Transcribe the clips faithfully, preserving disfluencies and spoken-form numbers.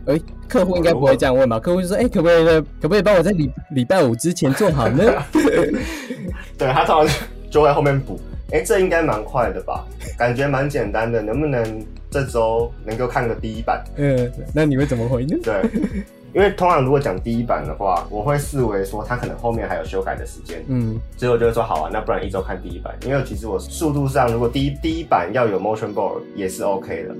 哎、欸，客户应该不会这样问吧？客户就说：“哎、欸，可不可以呢？可不可以帮我在礼礼拜五之前做好呢？” 对，他通常就会后面补。哎、欸，这应该蛮快的吧？感觉蛮简单的，能不能这周能够看个第一版？ 嗯，那你会怎么回呢？ 对，因为通常如果讲第一版的话，我会视为说他可能后面还有修改的时间。嗯，所以我就会说好啊，那不然一周看第一版，因为其实我速度上如果第一第一版要有 motion blur 也是 OK 的。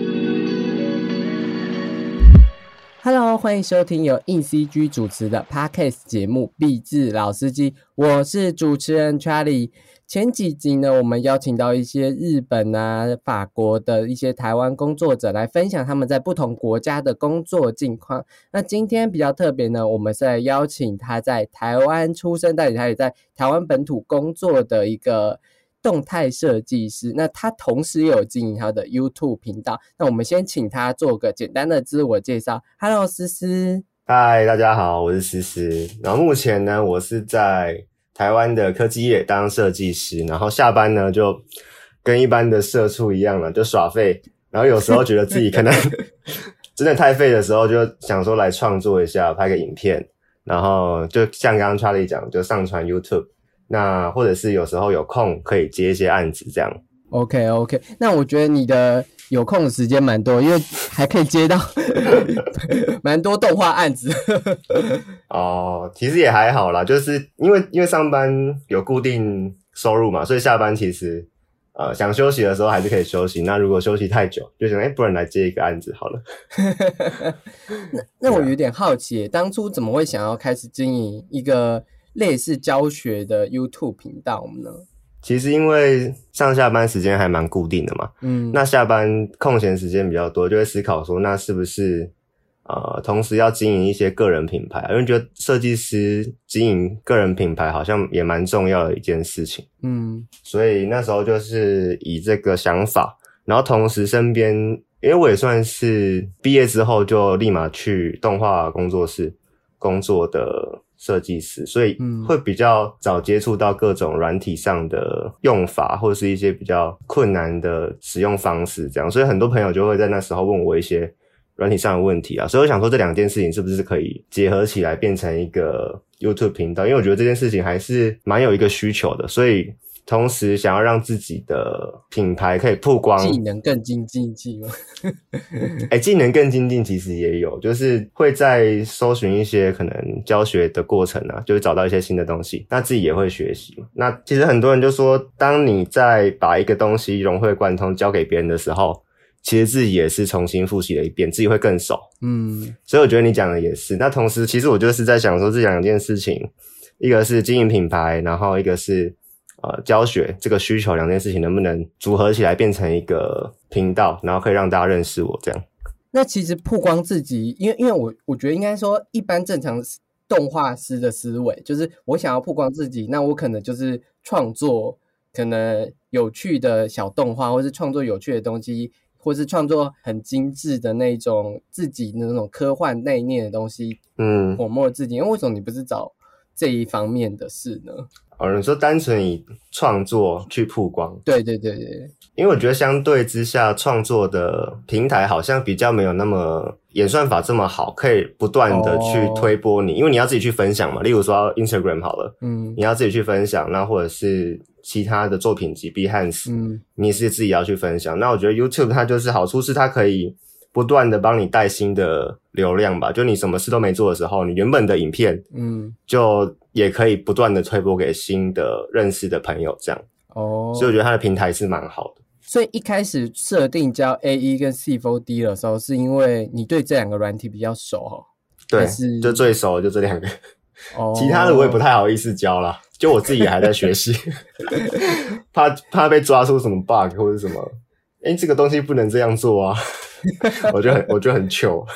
Hello， 欢迎收听由硬 C G 主持的 Podcast 节目《壁纸老司机》，我是主持人 Charlie。前几集呢，我们邀请到一些日本啊、法国的一些台湾工作者来分享他们在不同国家的工作近况。那今天比较特别呢，我们是来邀请他在台湾出生，但他也在台湾本土工作的一个动态设计师。那他同时也有经营他的 YouTube 频道。那我们先请他做个简单的自我介绍。Hello， 思思。 嗨，大家好，我是思思。然后目前呢，我是在台湾的科技业当设计师，然后下班呢就跟一般的社畜一样了，就耍废。然后有时候觉得自己可能真的太废的时候，就想说来创作一下，拍个影片，然后就像刚刚 Charlie 讲，就上传 YouTube。那或者是有时候有空可以接一些案子这样。 OK OK， 那我觉得你的有空的时间蛮多，因为还可以接到蛮多动画案子。 哦，其实也还好啦，就是因为因为上班有固定收入嘛，所以下班其实呃想休息的时候还是可以休息。那如果休息太久，就想哎、欸，不然来接一个案子好了。 那那我有点好奇，当初怎么会想要开始经营一个类似教学的 YouTube 频道呢？ 其实因为上下班时间还蛮固定的嘛，嗯，那下班空闲时间比较多，就会思考说，那是不是呃，同时要经营一些个人品牌？因为觉得设计师经营个人品牌好像也蛮重要的一件事情，嗯，所以那时候就是以这个想法，然后同时身边，因为我也算是毕业之后就立马去动画工作室工作的设计师，所以会比较早接触到各种软体上的用法，或者是一些比较困难的使用方式这样，所以很多朋友就会在那时候问我一些软体上的问题啊，所以我想说这两件事情是不是可以结合起来变成一个 YouTube 频道，因为我觉得这件事情还是蛮有一个需求的，所以同时想要让自己的品牌可以曝光， 技能更精进吗？ 欸，技能更精进其实也有，就是会在搜寻一些可能教学的过程啊，就是找到一些新的东西，那自己也会学习嘛。那其实很多人就说，当你在把一个东西融会贯通交给别人的时候，其实自己也是重新复习了一遍，自己会更熟。嗯，所以我觉得你讲的也是。那同时其实我就是在想说这两件事情，一个是经营品牌，然后一个是呃，教学这个需求，两件事情能不能组合起来变成一个频道，然后可以让大家认识我这样。 那其实曝光自己，因为因为我我觉得应该说，一般正常动画师的思维就是我想要曝光自己，那我可能就是创作可能有趣的小动画，或是创作有趣的东西，或是创作很精致的那种自己的那种科幻内敛的东西，嗯，泼墨自己。因为为什么你不是找这一方面的事呢？ 哦，你说单纯以创作去曝光？ 对对对对， 因为我觉得相对之下，创作的平台好像比较没有那么演算法这么好，可以不断的去推播你，哦，因为你要自己去分享嘛。例如说 Instagram 好了，嗯，你要自己去分享，那或者是其他的作品集 Behance，嗯，你是自己要去分享。那我觉得 YouTube 它就是好处是它可以不断的帮你带新的流量吧，就你什么事都没做的时候，你原本的影片，嗯，就也可以不断的推播给新的认识的朋友这样。哦，所以我觉得它的平台是蛮好的。 所以一开始设定教 A E 跟 C 四 D 的时候，是因为你对这两个软体比较熟哦？ 对，就最熟就这两个。哦，其他的我也不太好意思教啦，就我自己也还在学习，怕怕被抓出什么 bug 或者什么，诶、欸、这个东西不能这样做啊。我就很我就很糗。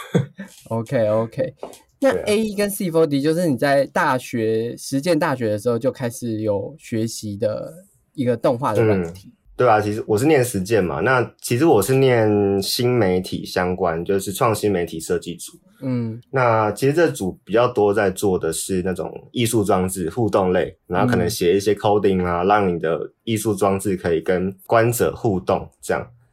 OK OK， 那 A E 跟 C 四 D 就是你在大学实践大学的时候就开始有学习的一个动画的软体。 嗯，对啊，其实我是念实践嘛，那其实我是念新媒体相关，就是创新媒体设计组。嗯，那其实这组比较多在做的是那种艺术装置互动类，然后可能写一些 coding 啊，嗯，让你的艺术装置可以跟观者互动这样。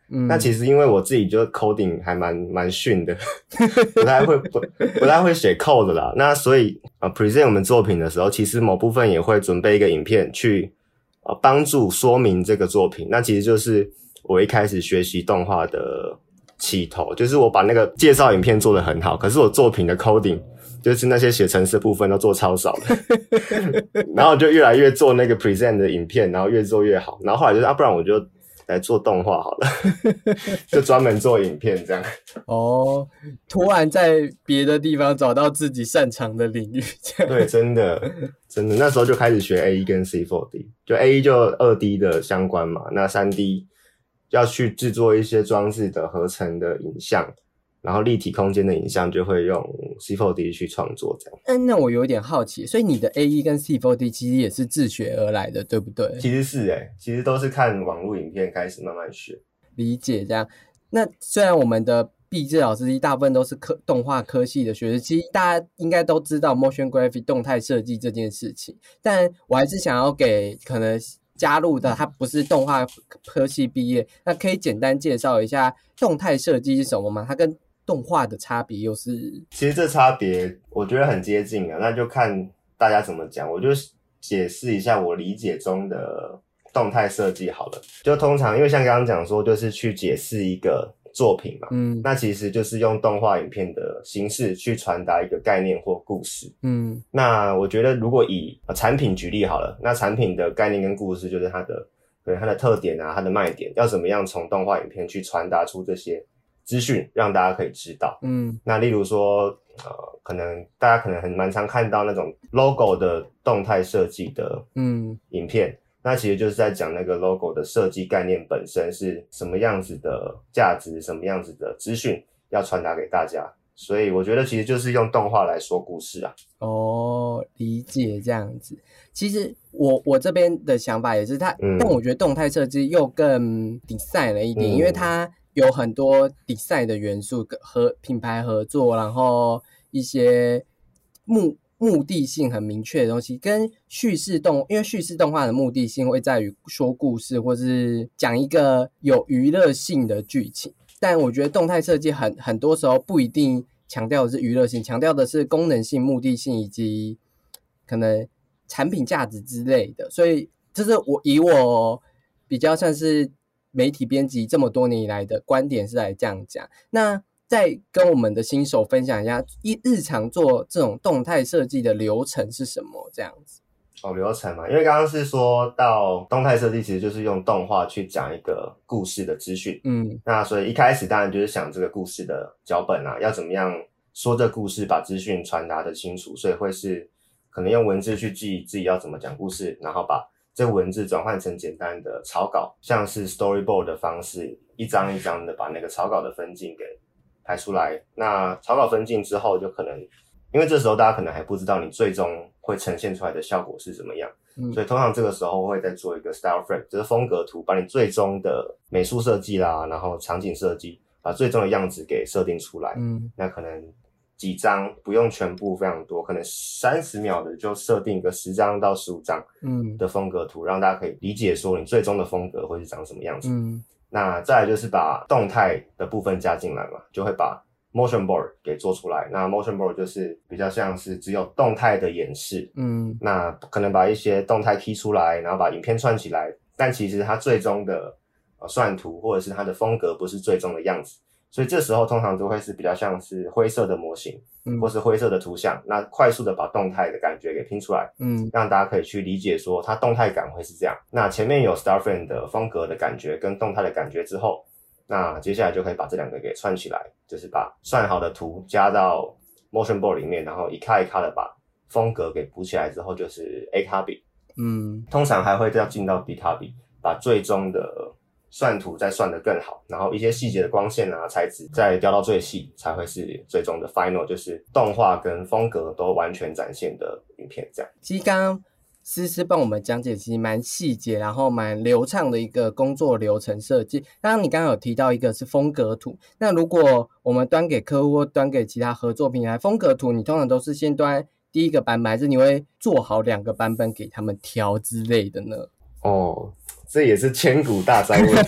嗯，那其实因为我自己就 coding 还蛮蛮逊的，不太会不不太会写 code 啦。那所以呃 present 我们作品的时候，其实某部分也会准备一个影片去呃帮助说明这个作品。那其实就是我一开始学习动画的起头，就是我把那个介绍影片做得很好，可是我作品的 coding 就是那些写程式的部分都做超少的，然后就越来越做那个 present 的影片，然后越做越好，然后后来就是啊，不然我就来做动画好了，就专门做影片这样。 哦，突然在别的地方找到自己擅长的领域，这样。 对，真的，真的，那时候就开始学 A E 跟 C 四 D， 就 A E 就 二 D 的相关嘛，那 三 D 要去制作一些装置的合成的影像，然后立体空间的影像就会用 C 四 D 去创作这样。 嗯，那我有点好奇，所以你的 A E 跟 C 四 D 其实也是自学而来的，对不对？ 其实是欸，其实都是看网络影片开始慢慢学。 理解这样。那虽然我们的毕制老师大部分都是科动画科系的学生，其实大家应该都知道 motion graphic 动态设计这件事情，但我还是想要给可能加入的他不是动画科系毕业，那可以简单介绍一下动态设计是什么吗？它跟动画的差别又是？ 其实这差别我觉得很接近啊，那就看大家怎么讲。我就解释一下我理解中的动态设计好了。就通常因为像刚刚讲说，就是去解释一个作品嘛，嗯，那其实就是用动画影片的形式去传达一个概念或故事，嗯，那我觉得如果以、呃、产品举例好了，那产品的概念跟故事就是它的可能它的特点啊，它的卖点，要怎么样从动画影片去传达出这些资讯，让大家可以知道，嗯，那例如说呃，可能大家可能很蛮常看到那种 logo 的动态设计的嗯影片。那其实就是在讲那个 logo 的设计概念本身是什么样子的价值，什么样子的资讯要传达给大家，所以我觉得其实就是用动画来说故事啊。 哦，理解这样子。其实我我这边的想法也是它、嗯、但我觉得动态设计又更 design 了一点、嗯、因为它有很多 design 的元素和品牌合作，然后一些目目的性很明确的东西，跟叙事动，因为叙事动画的目的性会在于说故事或是讲一个有娱乐性的剧情，但我觉得动态设计很很多时候不一定强调的是娱乐性，强调的是功能性、目的性以及可能产品价值之类的，所以这是我以我比较算是媒体编辑这么多年以来的观点是来这样讲。那再跟我们的新手分享一下，一日常做这种动态设计的流程是什么？这样子。 哦，流程嘛，因为刚刚是说到动态设计，其实就是用动画去讲一个故事的资讯。嗯，那所以一开始当然就是想这个故事的脚本啊，要怎么样说这故事，把资讯传达的清楚，所以会是可能用文字去记自己要怎么讲故事，然后把这个文字转换成简单的草稿，像是 storyboard 的方式，一张一张的把那个草稿的分镜给排出来。那草稿分镜之后，就可能因为这时候大家可能还不知道你最终会呈现出来的效果是怎么样、嗯、所以通常这个时候会再做一个 style frame， 就是风格图，把你最终的美术设计啦，然后场景设计，把最终的样子给设定出来。嗯，那可能几张，不用全部非常多，可能三十秒的就设定个十张到十五张的风格图、嗯、让大家可以理解说你最终的风格会是长什么样子。嗯，那再来就是把动态的部分加进来嘛，就会把 motion board 给做出来。那 motion board 就是比较像是只有动态的演示，嗯，那可能把一些动态 key 出来，然后把影片串起来，但其实它最终的、呃、算图或者是它的风格不是最终的样子，所以这时候通常都会是比较像是灰色的模型、嗯、或是灰色的图像，那快速的把动态的感觉给拼出来，嗯，让大家可以去理解说它动态感会是这样。那前面有 star frame 的风格的感觉跟动态的感觉之后，那接下来就可以把这两个给串起来，就是把算好的图加到 motion board 里面，然后一卡一卡的把风格给补起来之后，就是 A copy， 嗯，通常还会再进到 B copy， 把最终的算图再算得更好，然后一些细节的光线啊、材质再调到最细，才会是最终的 final， 就是动画跟风格都完全展现的影片这样。 其实刚刚思思帮我们讲解其实蛮细节，然后蛮流畅的一个工作流程设计。当然你刚刚有提到一个是风格图，那如果我们端给客户或端给其他合作平台，风格图你通常都是先端第一个版本，还是你会做好两个版本给他们挑之类的呢？ 哦， 这也是千古大哉问。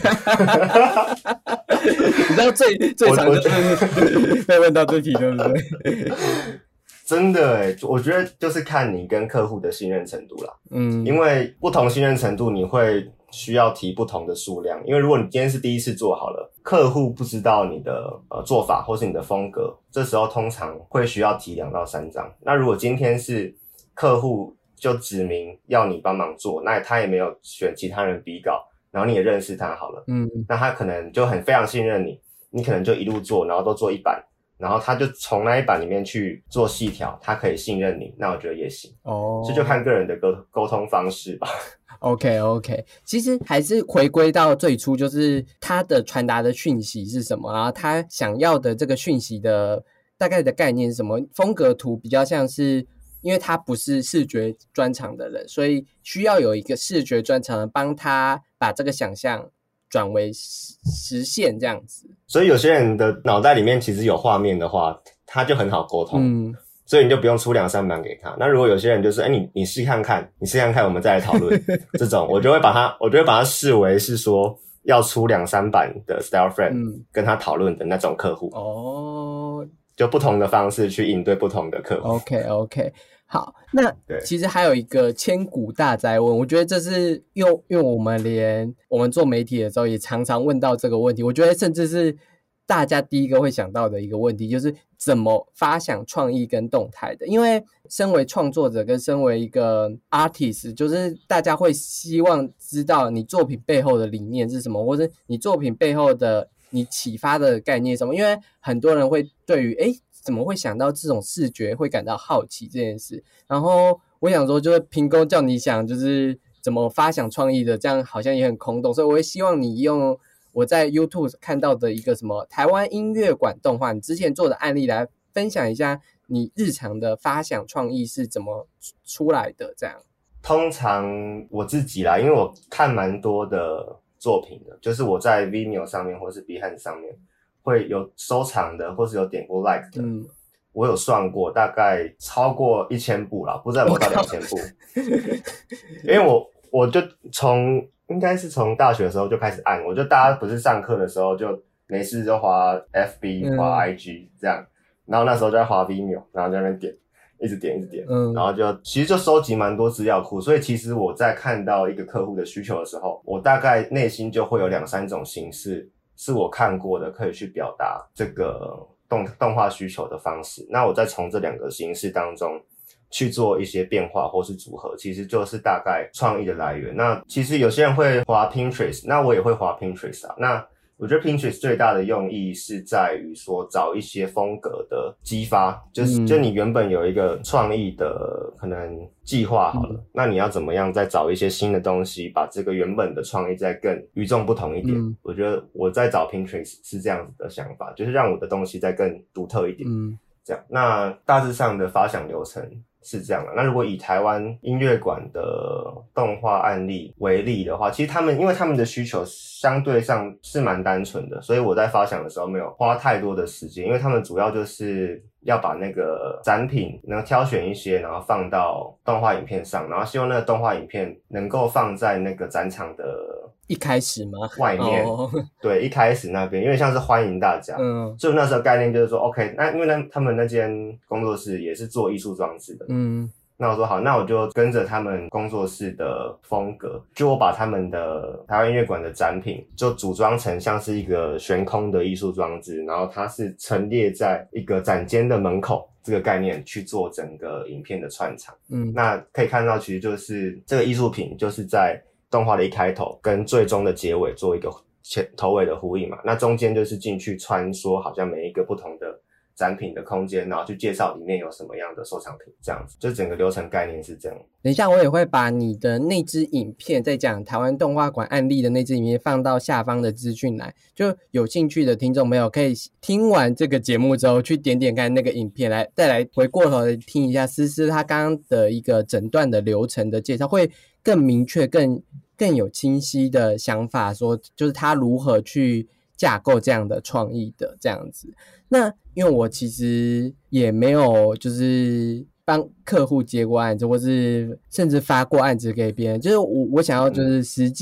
你知道最最常就是被问到这题，对不对？ 真的诶，我觉得就是看你跟客户的信任程度啦。 嗯， 因为不同信任程度，你会需要提不同的数量。因为如果你今天是第一次做好了，客户不知道你的呃做法或是你的风格，这时候通常会需要提两到三张。那如果今天是客户就指明要你帮忙做，那他也没有选其他人比稿，然后你也认识他好了，嗯，那他可能就很非常信任你，你可能就一路做，然后都做一版。然后他就从那一版里面去做细条，他可以信任你，那我觉得也行。哦，这就看个人的沟沟通方式吧。 OK OK， 其实还是回归到最初，就是他的传达的讯息是什么，然后他想要的这个讯息的大概的概念是什么。风格图比较像是，因为他不是视觉专长的人，所以需要有一个视觉专长的帮他把这个想象转为实现这样子。 所以有些人的脑袋里面其实有画面的话，他就很好沟通。嗯，所以你就不用出两三版给他。那如果有些人就是哎、欸、你你试看看，你试看看我们再来讨论这种，我就会把他我就会把他视为是说要出两三版的 style frame、嗯、跟他讨论的那种客户。哦，就不同的方式去应对不同的客户。 OK OK，好，那其实还有一个千古大哉问，我觉得这是因为因为我们连我们做媒体的时候也常常问到这个问题，我觉得甚至是大家第一个会想到的一个问题，就是怎么发想创意跟动态的。因为身为创作者跟身为一个 artist， 就是大家会希望知道你作品背后的理念是什么，或者你作品背后的你启发的概念是什么。因为很多人会对于诶怎么会想到这种视觉会感到好奇这件事，然后我想说就是凭空叫你想就是怎么发想创意的，这样好像也很空洞，所以我会希望你用我在 YouTube 看到的一个什么台湾音乐馆动画你之前做的案例来分享一下你日常的发想创意是怎么出来的这样。 通常我自己啦，因为我看蛮多的作品的，就是我在 Vimeo 上面或是 Behance 上面会有收藏的或是有点过 like 的、嗯、我有算过大概超过一千部啦，不知道有没有到两千部。因为我我就从应该是从大学的时候就开始按，我就大家不是上课的时候就没事就滑 F B 滑 I G 这样、嗯、然后那时候就在滑 Vimeo， 然后在那边点一直点一直点、嗯、然后就其实就收集蛮多资料库，所以其实我在看到一个客户的需求的时候，我大概内心就会有两三种形式是我看过的可以去表达这个动动画需求的方式，那我再从这两个形式当中去做一些变化或是组合，其实就是大概创意的来源。那其实有些人会滑 Pinterest， 那我也会滑 Pinterest 啊。那我觉得 Pinterest 最大的用意是在于说找一些风格的激发，就是就你原本有一个创意的可能计划好了、嗯、那你要怎么样再找一些新的东西，把这个原本的创意再更与众不同一点、嗯、我觉得我在找 Pinterest 是这样子的想法，就是让我的东西再更独特一点、嗯、这样。那大致上的发想流程是这样的。那如果以台湾音乐馆的动画案例为例的话，其实他们因为他们的需求相对上是蛮单纯的，所以我在发想的时候没有花太多的时间，因为他们主要就是要把那个展品能挑选一些，然后放到动画影片上，然后希望那个动画影片能够放在那个展场的一开始吗？ 外面、oh. 对，一开始那边，因为像是欢迎大家，嗯，所以那时候概念就是说 OK， 那因为那他们那间工作室也是做艺术装置的，嗯，那我说好，那我就跟着他们工作室的风格，就我把他们的台湾音乐馆的展品就组装成像是一个悬空的艺术装置，然后它是陈列在一个展间的门口，这个概念去做整个影片的串场。嗯，那可以看到其实就是这个艺术品就是在动画的一开头跟最终的结尾做一个前头尾的呼应嘛，那中间就是进去穿梭好像每一个不同的展品的空间，然后去介绍里面有什么样的收藏品，这样子就整个流程概念是这样。 等一下我也会把你的那支影片在讲台湾动画馆案例的那支影片放到下方的资讯栏，就有兴趣的听众朋友可以听完这个节目之后去点点看那个影片，来再来回过头来听一下思思他刚刚的一个整段的流程的介绍，会更明确更更有清晰的想法，说就是他如何去架构这样的创意的这样子。那因为我其实也没有就是帮客户接过案子，或是甚至发过案子给别人，就是我我想要就是实际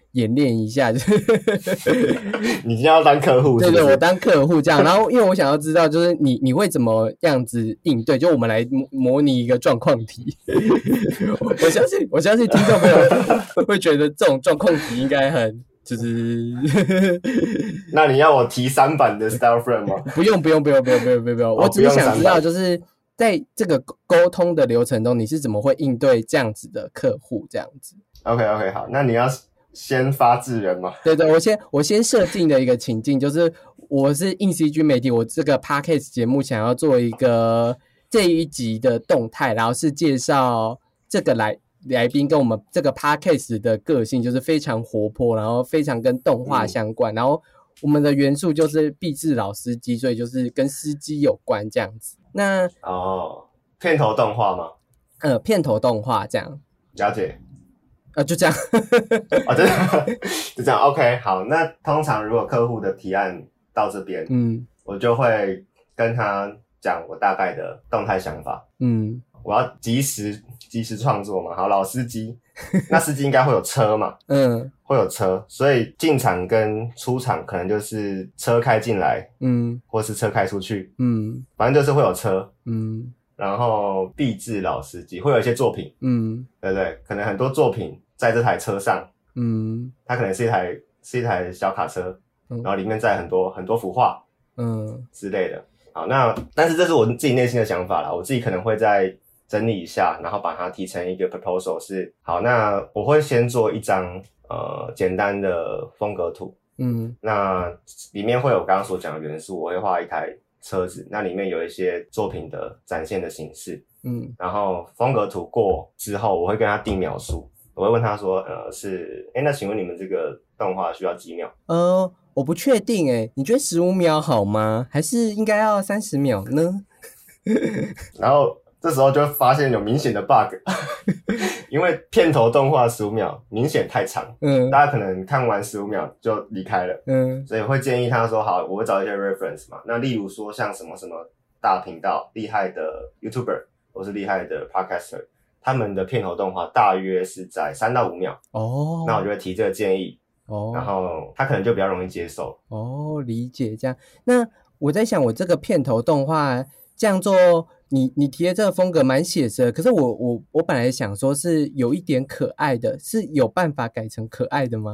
演练一下。 你今天要当客户是不是？ 对对，我当客户这样。然后因为我想要知道，就是你你会怎么样子应对？就我们来模拟一个状况题。我相信我相信听众朋友会觉得这种状况题应该很。就是那你要我提三版的 Style Frame 吗？ 不用不用不用不用不用不用不用，我只是想知道，就是在这个沟通的流程中，你是怎么会应对这样子的客户这样子 ？OK OK 好，那你要先发制人吗？ 对对，我先我先设定的一个情境，就是我是硬 C G 媒体，我这个 Podcast 节目想要做一个这一集的动态，然后是介绍这个来。来宾跟我们这个 podcast 的个性就是非常活泼，然后非常跟动画相关、嗯、然后我们的元素就是毕志老司机，所以就是跟司机有关这样子。那哦，片头动画吗？ 呃，片头动画这样。 了解。 呃，就这样。 哦，真的就这样。OK， 好，那通常如果客户的提案到这边，嗯，我就会跟他讲我大概的动态想法，嗯。我要及时及时创作嘛，好，老司机，那司机应该会有车嘛，嗯，会有车，所以进场跟出场可能就是车开进来，嗯，或是车开出去，嗯，反正就是会有车，嗯，然后毕志老司机会有一些作品，嗯，对不对？可能很多作品在这台车上，嗯，它可能是一台是一台小卡车，嗯、然后里面载很多很多幅画，嗯之类的。好，那但是这是我自己内心的想法啦，我自己可能会在整理一下，然后把它提成一个 proposal 是好，那我会先做一张呃简单的风格图，嗯，那里面会有刚刚所讲的元素，我会画一台车子，那里面有一些作品的展现的形式，嗯，然后风格图过之后，我会跟他定描述，我会问他说，呃，是，诶，那请问你们这个动画需要几秒？ 呃，我不确定诶，你觉得十五秒好吗？还是应该要三十秒呢？ 然后这时候就发现有明显的 bug， 因为片头动画十五秒明显太长，嗯，大家可能看完十五秒就离开了，嗯，所以会建议他说好，我会找一些 reference 嘛，那例如说像什么什么大频道厉害的 YouTuber 或是厉害的 Podcaster， 他们的片头动画大约是在三到五秒，哦，那我就会提这个建议，哦，然后他可能就比较容易接受， 哦，理解这样。那我在想，我这个片头动画这样做。你你提的这个风格蛮写实的，可是我我我本来想说是有一点可爱的，是有办法改成可爱的吗？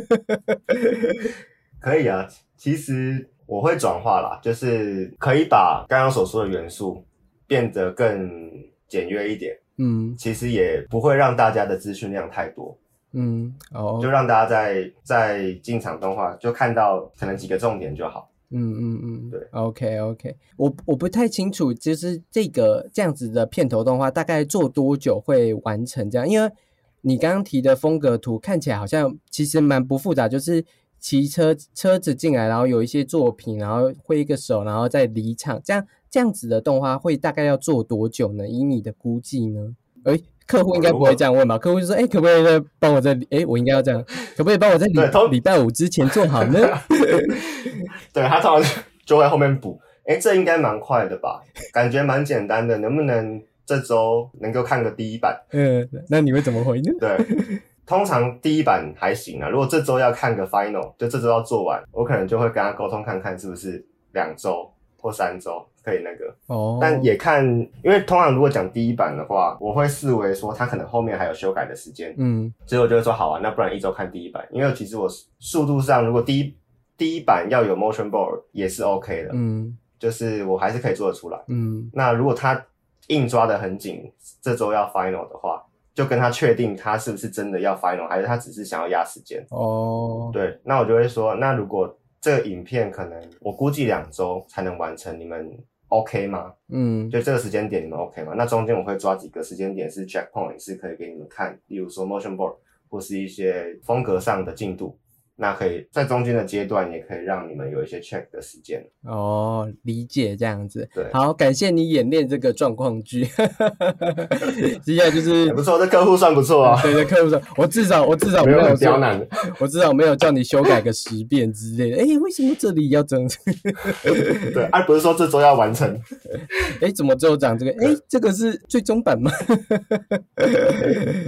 可以啊，其实我会转化啦，就是可以把刚刚所说的元素变得更简约一点，嗯，其实也不会让大家的资讯量太多，嗯，哦，就让大家在在进场动画就看到可能几个重点就好。 嗯嗯嗯，对 ，OK OK， 我我不太清楚，就是这个这样子的片头动画大概做多久会完成这样？因为你刚刚提的风格图看起来好像其实蛮不复杂，就是骑车车子进来，然后有一些作品，然后挥一个手，然后再离场，这样这样子的动画会大概要做多久呢？以你的估计呢？诶客户应该不会这样问吧？客户就说：“哎、欸，可不可以再帮我在？哎、欸，我应该要这样，可不可以帮我在礼礼拜五之前做好呢？” 对，他通常就会后面补。哎、欸，这应该蛮快的吧？感觉蛮简单的，能不能这周能够看个第一版？ 嗯，那你会怎么回呢？ 对，通常第一版还行啊。如果这周要看个 final， 就这周要做完，我可能就会跟他沟通看看是不是两周或三周。可以那个哦，但也看，因为通常如果讲第一版的话，我会视为说他可能后面还有修改的时间，嗯，所以我就会说好啊，那不然一周看第一版，因为其实我速度上如果第一第一版要有 motion board 也是 OK 的，嗯，就是我还是可以做得出来，嗯，那如果他硬抓得很紧，这周要 final 的话，就跟他确定他是不是真的要 final， 还是他只是想要压时间哦，对，那我就会说，那如果这个影片可能我估计两周才能完成，你们OK 吗？嗯，就这个时间点你们 OK 吗？那中间我会抓几个时间点是 checkpoint， 是可以给你们看，例如说 motion board 或是一些风格上的进度，那可以在中间的阶段也可以让你们有一些 check 的时间。 哦，理解这样子。 对， 好，感谢你演练这个状况剧。接下来就是不错，这客户算不错啊。 对，这客户算，我至少我至少没有很刁难， 我至少没有叫你修改个十遍之类的。哎，为什么这里要这样子？ 对，而、啊、不是说这周要完成。 哎，怎么只有讲这个？哎，这个是最终版吗？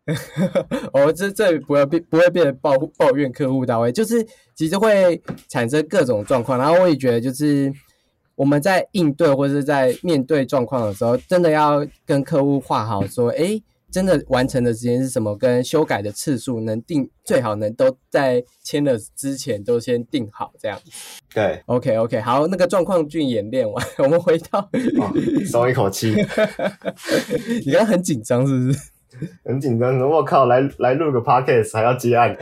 哦，这这不会变不会变成抱抱怨客户到位，就是其实会产生各种状况。然后我也觉得，就是我们在应对或是在面对状况的时候，真的要跟客户画好说，哎，真的完成的时间是什么，跟修改的次数能定，最好能都在签了之前都先定好这样。 对 ，OK OK， 好，那个状况剧演练完，我们回到， 哦，松一口气。 你刚刚很紧张是不是？ 很紧张，我靠，来来录个 podcast 还要接案。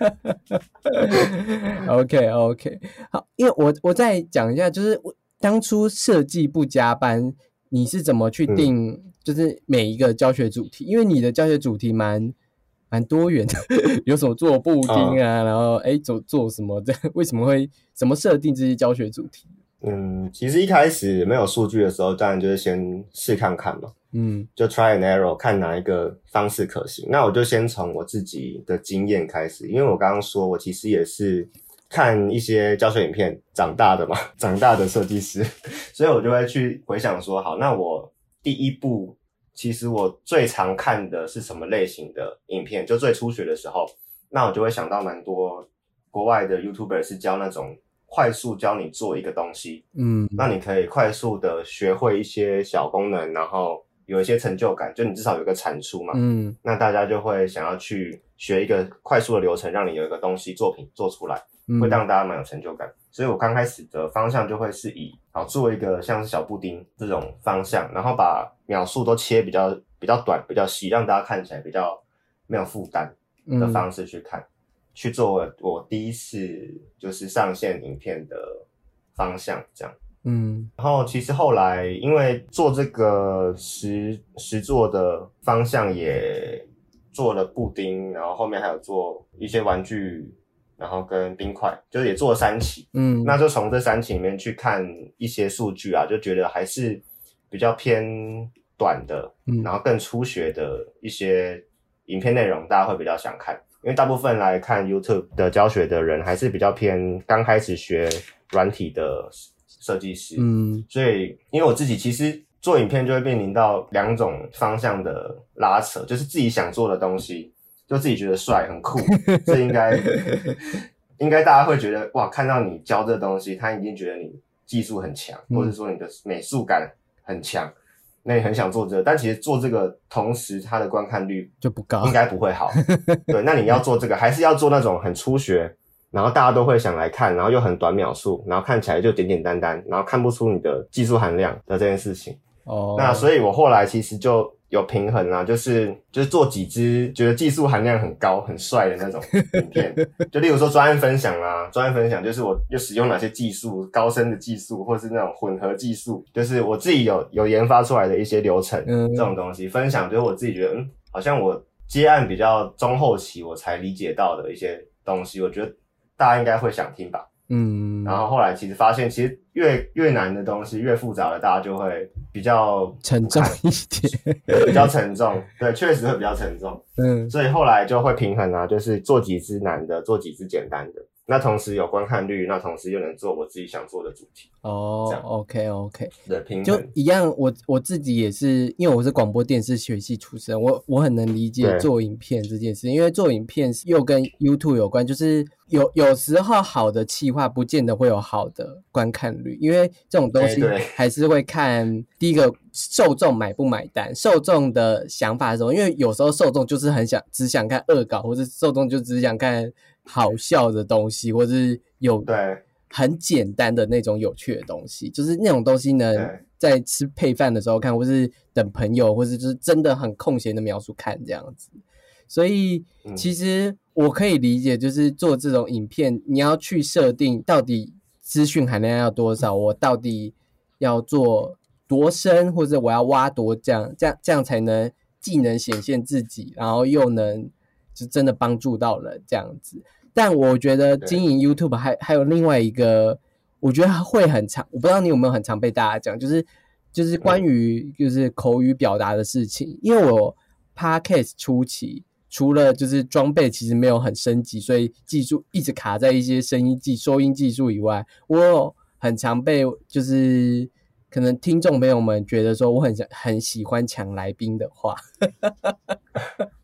OK OK， 好，因为我我再讲一下，就是我当初设计不加班，你是怎么去定？嗯、就是每一个教学主题，因为你的教学主题蛮蛮多元的，有什么做布丁啊，哦、然后哎做做什么的，为什么会怎么设定这些教学主题？ 嗯，其实一开始没有数据的时候，当然就是先试看看嘛。嗯，就 try and error， 看哪一个方式可行。那我就先从我自己的经验开始，因为我刚刚说我其实也是看一些教学影片长大的嘛，长大的设计师，所以我就会去回想说，好，那我第一步，其实我最常看的是什么类型的影片？就最初学的时候，那我就会想到蛮多国外的 YouTuber 是教那种快速教你做一个东西，嗯，那你可以快速的学会一些小功能，然后有一些成就感，就你至少有一个产出嘛，嗯，那大家就会想要去学一个快速的流程，让你有一个东西作品做出来，嗯，会让大家蛮有成就感。所以我刚开始的方向就会是以好做一个像是小布丁这种方向，然后把秒数都切比较比较短、比较细，让大家看起来比较没有负担的方式去看。嗯，去做我第一次就是上线影片的方向这样。嗯，然后其实后来因为做这个实实作的方向也做了布丁，然后后面还有做一些玩具，然后跟冰块，就是也做了三期。嗯，那就从这三期里面去看一些数据啊，就觉得还是比较偏短的，嗯，然后更初学的一些影片内容，大家会比较想看。因为大部分来看 YouTube 的教学的人还是比较偏刚开始学软体的设计师，嗯，所以因为我自己其实做影片就会面临到两种方向的拉扯，就是自己想做的东西，就自己觉得帅很酷，这应该应该大家会觉得哇，看到你教这个东西，他已经觉得你技术很强，或者说你的美术感很强。那你很想做这个，但其实做这个同时它的观看率就不高， 应该不会好。对，那你要做这个还是要做那种很初学，然后大家都会想来看，然后又很短秒数，然后看起来就简简单单，然后看不出你的技术含量的这件事情。哦，那所以我后来其实就有平衡啦，就是就是做几支觉得技术含量很高很帅的那种影片，就例如说专案分享啦，专案分享就是我又使用哪些技术，高深的技术，或是那种混合技术，就是我自己有有研发出来的一些流程，嗯，这种东西分享，就是我自己觉得嗯，好像我接案比较中后期我才理解到的一些东西，我觉得大家应该会想听吧。嗯，然后后来其实发现，其实越越难的东西，越复杂的，大家就会比较沉重一点， 比较沉重，对，确实会比较沉重。嗯，所以后来就会平衡啊，就是做几支难的，做几支简单的，那同时有观看率，那同时又能做我自己想做的主题。 哦 ，OK OK， 对，平衡就一样。我我自己也是，因为我是广播电视学系出身，我我很能理解做影片这件事，因为做影片又跟 YouTube 有关，就是有有时候好的企划不见得会有好的观看率，因为这种东西还是会看第一个受众买不买单，受众的想法是什么，因为有时候受众就是很想只想看恶搞，或者受众就只想看好笑的东西，或是有对很简单的那种有趣的东西，就是那种东西呢，在吃配饭的时候看，或是等朋友，或是就是真的很空闲的描述看这样子。所以其实我可以理解，就是做这种影片，你要去设定到底资讯含量要多少，我到底要做多深，或者我要挖多这样，这样这样才能既能显现自己，然后又能就真的帮助到人这样子。但我觉得经营 YouTube 还还有另外一个，我觉得会很常，我不知道你有没有很常被大家讲，就是就是关于就是口语表达的事情。因为我 Podcast 初期除了就是装备其实没有很升级，所以技术一直卡在一些声音技收音技术以外，我有很常被就是可能听众朋友们觉得说我很很喜欢抢来宾的话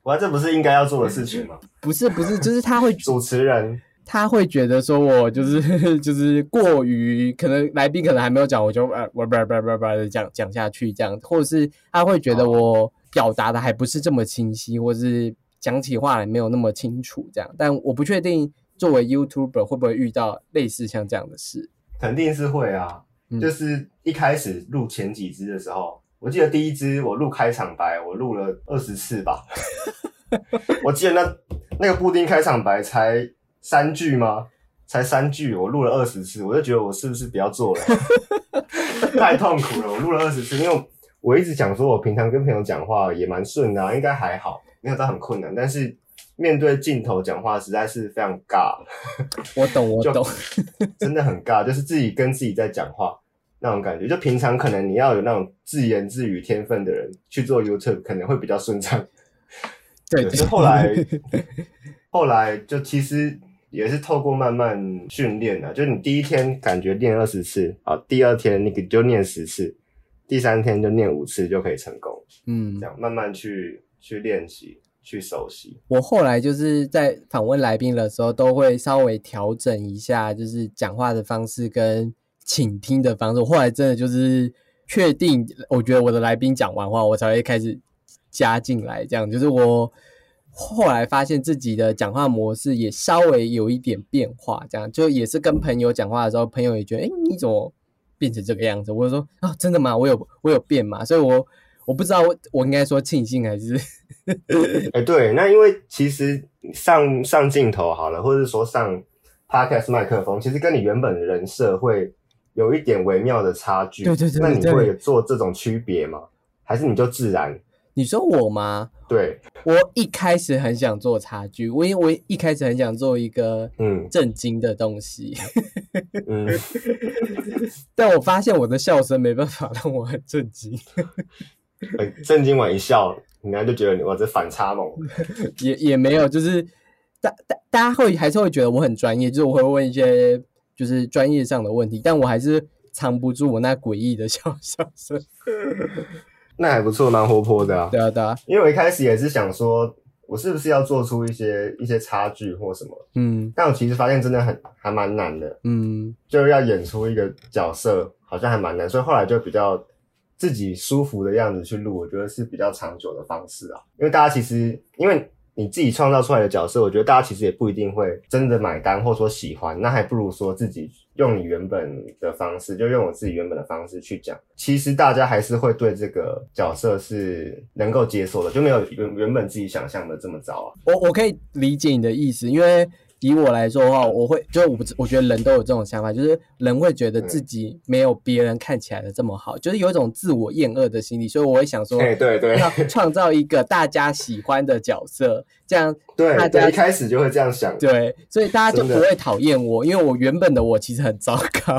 哇，这不是应该要做的事情吗？ 不是不是，就是他会主持人。 他会觉得说我就是就是过于可能来宾可能还没有讲，我就呃叭叭叭叭叭的讲讲下去这样，或者是他会觉得我表达的还不是这么清晰，或是讲起话来没有那么清楚这样。但我不确定作为 YouTuber 会不会遇到类似像这样的事。 肯定是会啊，嗯、就是一开始录前几支的时候，我记得第一支我录开场白，我录了二十次吧。我记得那那个布丁开场白才三句吗？才三句，我录了二十次，我就觉得我是不是不要做了？太痛苦了，我录了二十次，因为我一直讲说我平常跟朋友讲话也蛮顺的啊，应该还好，没有到很困难，但是面对镜头讲话实在是非常尬。 我懂，我懂， 真的很尬，就是自己跟自己在讲话那种感觉。就平常可能你要有那种自言自语天分的人去做 YouTube 可能会比较顺畅。 对， 就后来后来就其实也是透过慢慢训练啊，就你第一天感觉练二十次啊，第二天你就念十次，第三天就念五次就可以成功。嗯，这样慢慢去去练习，去熟悉。 我后来就是在访问来宾的时候，都会稍微调整一下，就是讲话的方式跟倾听的方式。我后来真的就是确定，我觉得我的来宾讲完话，我才会开始加进来。这样就是我后来发现自己的讲话模式也稍微有一点变化，这样就也是跟朋友讲话的时候，朋友也觉得，哎，你怎么变成这个样子？我就说，啊、哦，真的吗？我有我有变嘛？所以我我不知道我我应该说庆幸还是， 哎、欸，对，那因为其实上上镜头好了，或者是说上 podcast 麦克风，其实跟你原本的人设会有一点微妙的差距。 对对 对, 对， 那你会做这种区别吗？还是你就自然？ 你说我吗？ 对， 我一开始很想做差距，我因为我一开始很想做一个嗯正经的东西，嗯，但我发现我的笑声没办法让我很震惊， 震惊完一笑，人家就觉得你哇这反差萌， 也也没有，就是大大大家会还是会觉得我很专业，就是我会问一些就是专业上的问题，但我还是藏不住我那诡异的笑笑声。 那还不错，蛮活泼的啊。 对啊，对啊。 因为我一开始也是想说，我是不是要做出一些一些差距或什么？嗯。但我其实发现真的很还蛮难的。嗯。就要演出一个角色，好像还蛮难，所以后来就比较自己舒服的样子去录，我觉得是比较长久的方式啊。因为大家其实，因为你自己创造出来的角色，我觉得大家其实也不一定会真的买单，或者说喜欢，那还不如说自己用你原本的方式，就用我自己原本的方式去讲，其实大家还是会对这个角色是能够接受的，就没有原原本自己想象的这么糟啊。 我我可以理解你的意思，因为以我来说的话，我会就是我我觉得人都有这种想法，就是人会觉得自己没有别人看起来的这么好，就是有一种自我厌恶的心理，所以我会想说， 对对对， 要创造一个大家喜欢的角色，这样对大家对一开始就会这样想， 对，所以大家就不会讨厌我，因为我原本的我其实很糟糕，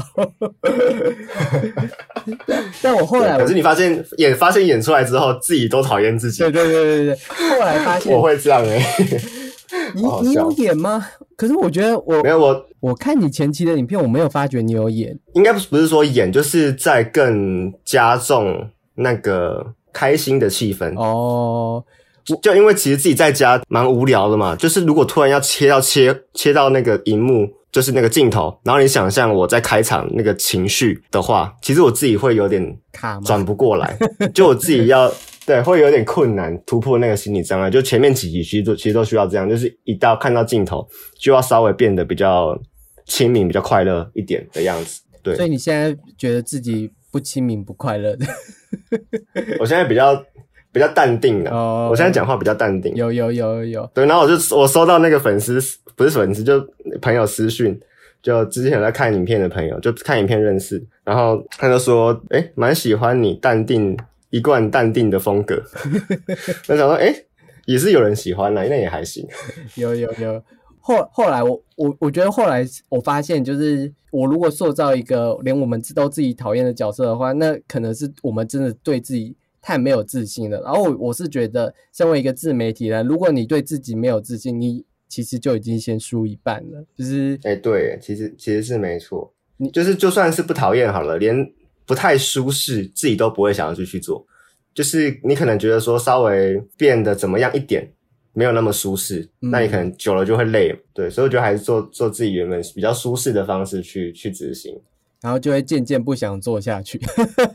但我后来我， 可是你发现演发现演出来之后，自己都讨厌自己， 对对对对对，后来发现我会这样哎、欸。 你你有演吗？可是我觉得我没有，我我看你前期的影片，我没有发觉你有演。 应该不是不是说演，就是在更加重那个开心的气氛哦。就因为其实自己在家蛮無聊的嘛，就是如果突然要切到切切到那个荧幕，就是那个镜头，然后你想象我在开场那个情绪的话，其实我自己会有点转不过来，就我自己要。对，会有点困难突破那个心理障碍。就前面几集其实都其实都需要这样，就是一到看到镜头就要稍微变得比较亲民、比较快乐一点的样子。对， 所以你现在觉得自己不亲民、不快乐的？ 我现在比较比较淡定了。哦，我现在讲话比较淡定。 有有有有有。 对，然后我就我收到那个粉丝不是粉丝，就朋友私讯，就之前有在看影片的朋友，就看影片认识，然后他就说，诶，蛮喜欢你淡定。一贯淡定的风格，我想说，哎、欸，也是有人喜欢啦，那也还行。 有有有，后后来我我我觉得后来我发现，就是我如果塑造一个连我们都自己讨厌的角色的话，那可能是我们真的对自己太没有自信了。然后我我是觉得，身为一个自媒体人，如果你对自己没有自信，你其实就已经先输一半了。就是， 哎、欸，对，其实其实是没错，你就是就算是不讨厌好了，连。不太舒适，自己都不会想要继续做。就是你可能觉得说稍微变得怎么样一点， 没有那么舒适，嗯、那你可能久了就会累，对，所以我觉得还是做做自己原本比较舒适的方式去去执行， 然后就会渐渐不想做下去。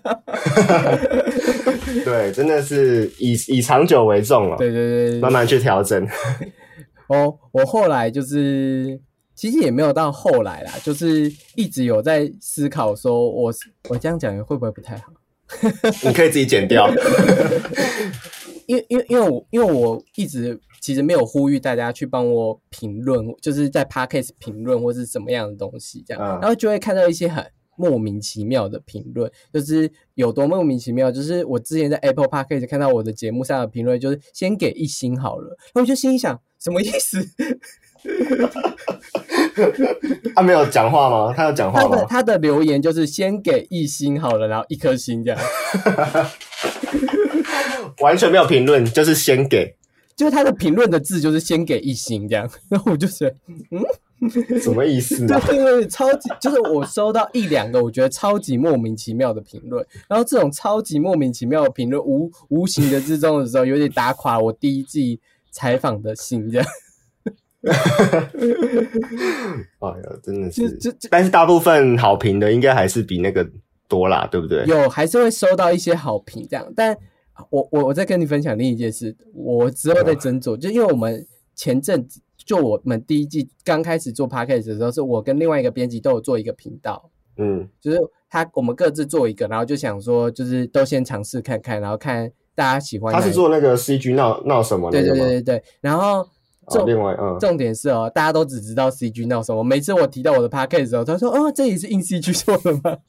对，真的是以以长久为重了， 对对 对, 对， 慢慢去调整。 哦，我后来就是其实也没有到后来啦，就是一直有在思考说我我这样讲会不会不太好？ 你可以自己剪掉。 因为因为因为我因为我一直其实没有呼吁大家去帮我评论，就是在 Podcast 评论或是什么样的东西这样，嗯、然后就会看到一些很莫名其妙的评论，就是有多莫名其妙，就是我之前在 Apple Podcast 看到我的节目上的评论，就是先给一星好了，然后我就心里想什么意思？ 他没有讲话吗？他有讲话吗？ 他的他的留言就是先给一星好了，然后一颗星这样。 完全没有评论，就是先给， 就是他的评论的字就是先给一星这样，然后我就觉得，嗯， 什么意思啊？对对对，超级就是我收到一两个我觉得超级莫名其妙的评论，然后这种超级莫名其妙的评论无无形的之中的时候，有点打垮我第一季采访的心这样。 哎呀，真的是，但是大部分好评的应该还是比那个多啦，对不对？ 有还是会收到一些好评这样，但我我我再跟你分享另一件事，我之后再斟酌，就因为我们前阵子就我们第一季刚开始做 podcast 的时候，是我跟另外一个编辑都有做一个频道，嗯，就是他我们各自做一个，然后就想说就是都先尝试看看，然后看大家喜欢。 他是做那个 C G 闹闹什么那个吗？ 对对对对对，然后。 哦、另外，嗯， 重点是哦，大家都只知道 C G 闹什么。每次我提到我的 podcast 的时候，他说：“哦，这也是硬 C G 做的吗？”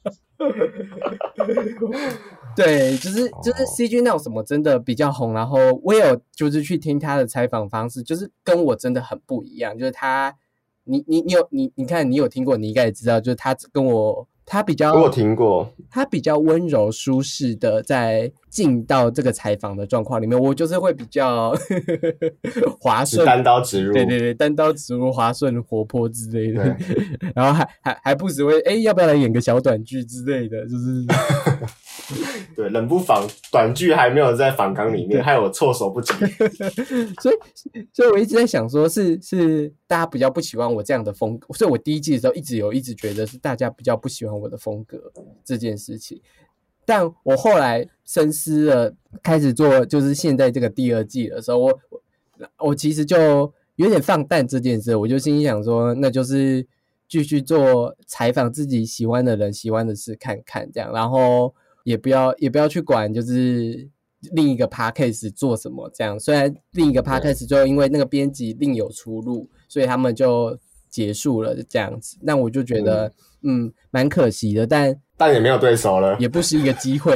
对，就是就是 C G 闹什么真的比较红，然后我也有就是去听他的采访方式，就是跟我真的很不一样。就是他，你你你有你你看你有听过，你应该也知道，就是他跟我。他比较， 我有听过， 他比较温柔舒适的在进到这个采访的状况里面，我就是会比较滑顺， 单刀直入， 对对对，单刀直入、滑顺、活泼之类的，然后还还还不时会哎，要不要来演个小短剧之类的，就是对，冷不防短剧还没有在访纲里面，害我措手不及。 所以，所以我一直在想说是，是是大家比较不喜欢我这样的风格，所以我第一季的时候一直有一直觉得是大家比较不喜欢我的风格这件事情。但我后来深思了，开始做就是现在这个第二季的时候，我我我其实就有点放淡这件事，我就心里想说，那就是继续做采访自己喜欢的人、喜欢的事看看这样，然后。也不要也不要去管，就是另一个 podcast 做什么这样。虽然另一个 podcast 就因为那个编辑另有出路，所以他们就结束了这样子。那我就觉得，嗯，蛮、嗯、可惜的，但但也没有对手了， 也不是一个机会。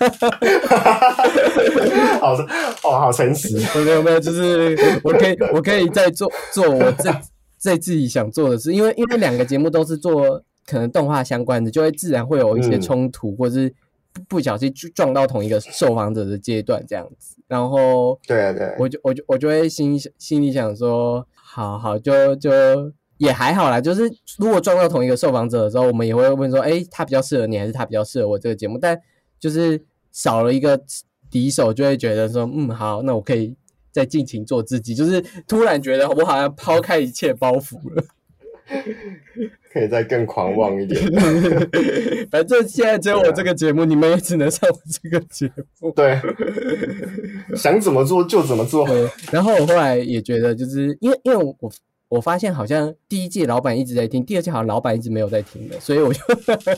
好哦，好诚实。 没有没有，就是我可以我可以再做做我自在自己想做的事，因为因为两个节目都是做可能动画相关的，就会自然会有一些冲突，嗯、或是。不小心撞到同一个受访者的阶段这样子，然后对啊对， 我就我就我就会心心里想说，好好就就也还好啦，就是如果撞到同一个受访者的时候，我们也会问说，哎，他比较适合你还是他比较适合我这个节目？但就是少了一个敌手，就会觉得说，嗯，好，那我可以再尽情做自己，就是突然觉得我好像抛开一切包袱了。 可以再更狂妄一点。 反正现在只有我这个节目，啊、你们也只能上我这个节目。 对，想怎么做就怎么做。 对，然后我后来也觉得，就是因为因为我我发现好像第一季老板一直在听，第二季好像老板一直没有在听的，所以我就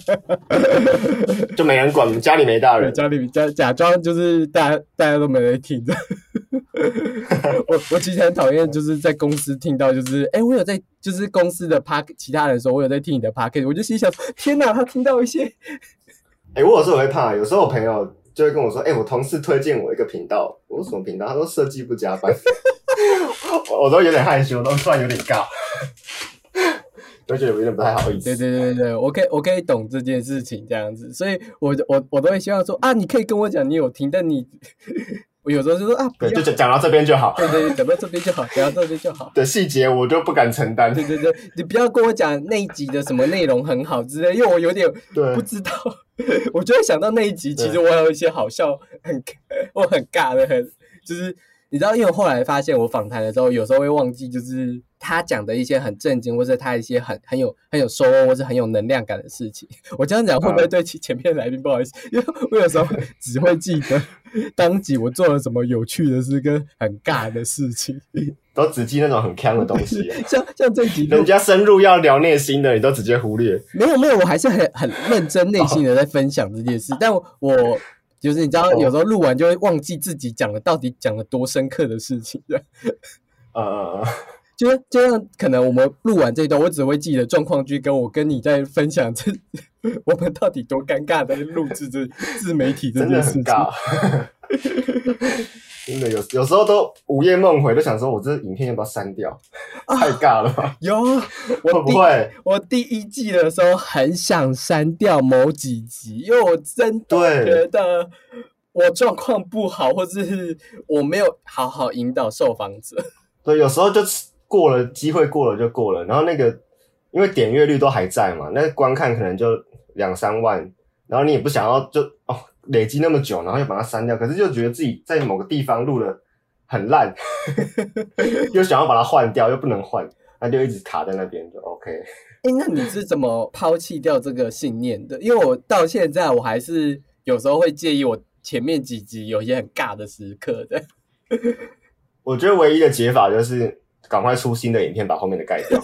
就没人管，家里没大人， 家里假假装就是大家大家都没人听的。我我其实很讨厌，就是在公司听到，就是哎、欸，我有在，就是公司的 Podcast， 其他人说我有在听你的 Podcast， 我就心想，天哪，他听到一些， 哎、欸，我有时候会怕，有时候我朋友就会跟我说，哎、欸，我同事推荐我一个频道，我说什么频道？他说设计不加班，我都有点害羞，都突然有点尬。我觉得有点不太好意思。 对对对对，我可以我可以懂这件事情这样子，所以我我我都会希望说啊，你可以跟我讲你有听，但你我有时候就说啊， 对，就讲到这边就好。 对对对，讲到这边就好，讲到这边就好。 的细节我就不敢承担。 对对对，你不要跟我讲那一集的什么内容很好之类，因为我有点不知道。我就会想到那一集，其实我有一些好笑，很我很尬的，很就是你知道，因为我后来发现，我访谈的时候有时候会忘记，就是他讲的一些很正经，或者他一些很很有很有收获，或是很有能量感的事情。我这样讲会不会对前面的来宾不好意思？因为我有时候只会记得当集我做了什么有趣的事跟很尬的事情， 都只记那种很鏘的东西、啊。 像像这集， 人家深入要聊内心的，你都直接忽略。 没有没有，我还是很很认真内心的在分享这件事，但我。我就是你知道，有时候录完就会忘记自己讲了到底讲了多深刻的事情。 呃呃呃， 就就像可能我们录完这一段，我只会记得状况剧，跟我跟你在分享这我们到底多尴尬的录制这自媒体这件事情。 真的很尬。真的有有时候都午夜梦回，都想说我这影片要不要删掉？太尬了吧？ 有，我会不会？ 我第一季的时候很想删掉某几集，因为我真的觉得我状况不好，或者是我没有好好引导受访者。 对，有时候就过了，机会过了就过了，然后那个因为点阅率都还在嘛，那观看可能就两三万，然后你也不想要就哦。累积那么久，然后又把它删掉，可是就觉得自己在某个地方录的很烂，又想要把它换掉，又不能换，那就一直卡在那边，就 OK。 欸，那你是怎么抛弃掉这个信念的？因为我到现在我还是有时候会介意我前面几集有些很尬的时刻的。 我觉得唯一的解法就是赶快出新的影片，把后面的盖掉。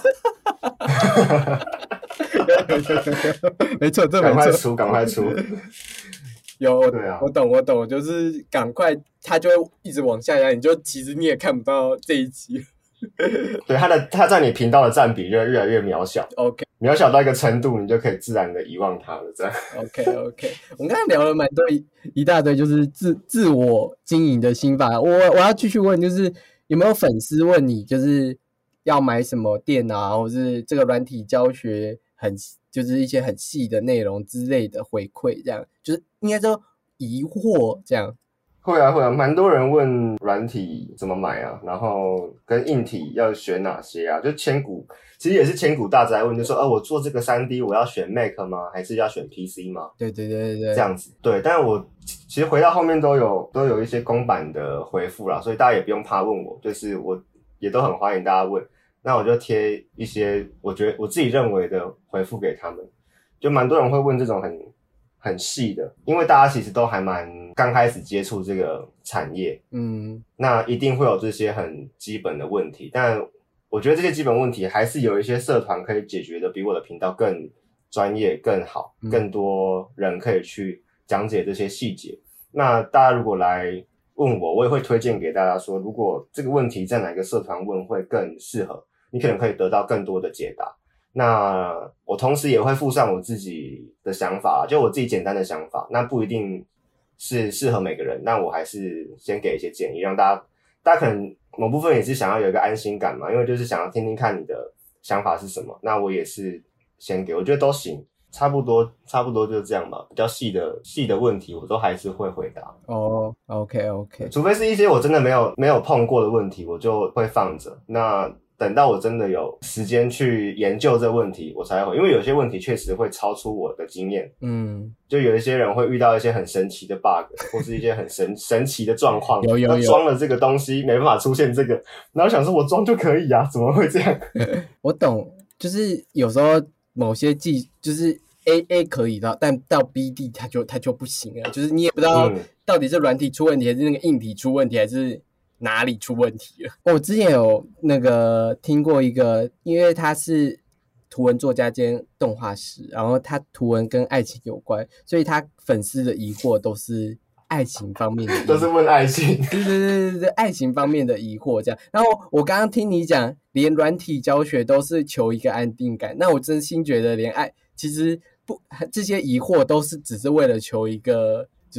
没错，这没错， 赶快出，赶快出。 有， 对啊， 我懂，我懂，就是赶快，他就会一直往下压，你就其实你也看不到这一集。 对，他的他在你频道的占比就会越来越渺小。 OK， 渺小到一个程度，你就可以自然的遗忘它了。这样。 OK OK， 我们刚才聊了蛮多一一大堆，就是自自我经营的心法。我我要继续问，就是有没有粉丝问你，就是要买什么电啊，或是这个软体教学很。就是一些很细的内容之类的回馈，这样就是应该说疑惑这样。 会啊会啊，蛮多人问软体怎么买啊，然后跟硬体要选哪些啊？就千古，其实也是千古大哉问，就说，呃、啊，我做这个 三 D 我要选 Mac 吗？还是要选 P C 吗？ 对对对对， 这样子。对，但是我其实回到后面都有都有一些公版的回复啦，所以大家也不用怕问我，就是我也都很欢迎大家问。那我就贴一些我觉得我自己认为的回复给他们，就蛮多人会问这种很很细的，因为大家其实都还蛮刚开始接触这个产业，嗯，那一定会有这些很基本的问题，但我觉得这些基本问题还是有一些社团可以解决的，比我的频道更专业、更好，更多人可以去讲解这些细节。那大家如果来问我，我也会推荐给大家说，如果这个问题在哪个社团问会更适合。你可能可以得到更多的解答。那我同时也会附上我自己的想法，就我自己简单的想法，那不一定是适合每个人，那我还是先给一些建议，让大家，大家可能某部分也是想要有一个安心感嘛，因为就是想要听听看你的想法是什么。那我也是先给，我觉得都行，差不多差不多就是这样吧。比较细的细的问题，我都还是会回答。 哦、oh, ，OK OK， 除非是一些我真的没有没有碰过的问题，我就会放着。那等到我真的有时间去研究这个问题，我才会，因为有些问题确实会超出我的经验。嗯，就有一些人会遇到一些很神奇的 bug， 或是一些很神神奇的状况。 有有有， 他装了这个东西没办法出现这个，然后想说我装就可以啊，怎么会这样？ 我懂，就是有时候某些技就是 A A 可以的，但到 B D 它就它就不行了，就是你也不知道到底是软体出问题，还是那个硬体出问题，还是哪里出问题了？我之前有那个听过一个，因为他是图文作家兼动画师，然后他图文跟爱情有关，所以他粉丝的疑惑都是爱情方面的疑惑， 都是问爱情， 对对对对对，爱情方面的疑惑这样。然后我刚刚听你讲，连软体教学都是求一个安定感，那我真心觉得连爱其实不这些疑惑都是只是为了求一个就是。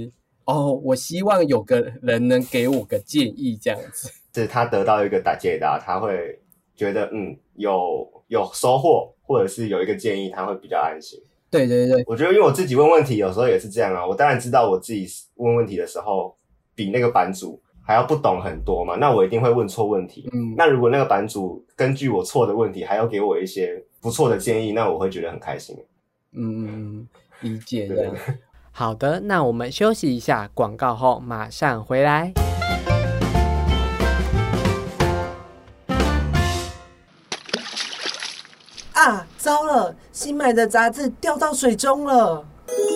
哦，我希望有个人能给我个建议，这样子。 是他得到一个答解答，他会觉得嗯有有收获，或者是有一个建议，他会比较安心。 对对对， 我觉得因为我自己问问题有时候也是这样啊，我当然知道我自己问问题的时候比那个版主还要不懂很多嘛，那我一定会问错问题。嗯，那如果那个版主根据我错的问题还要给我一些不错的建议，那我会觉得很开心。 嗯嗯，理解这样。好的，那我们休息一下，广告后马上回来。 啊，糟了，新买的杂志掉到水中了。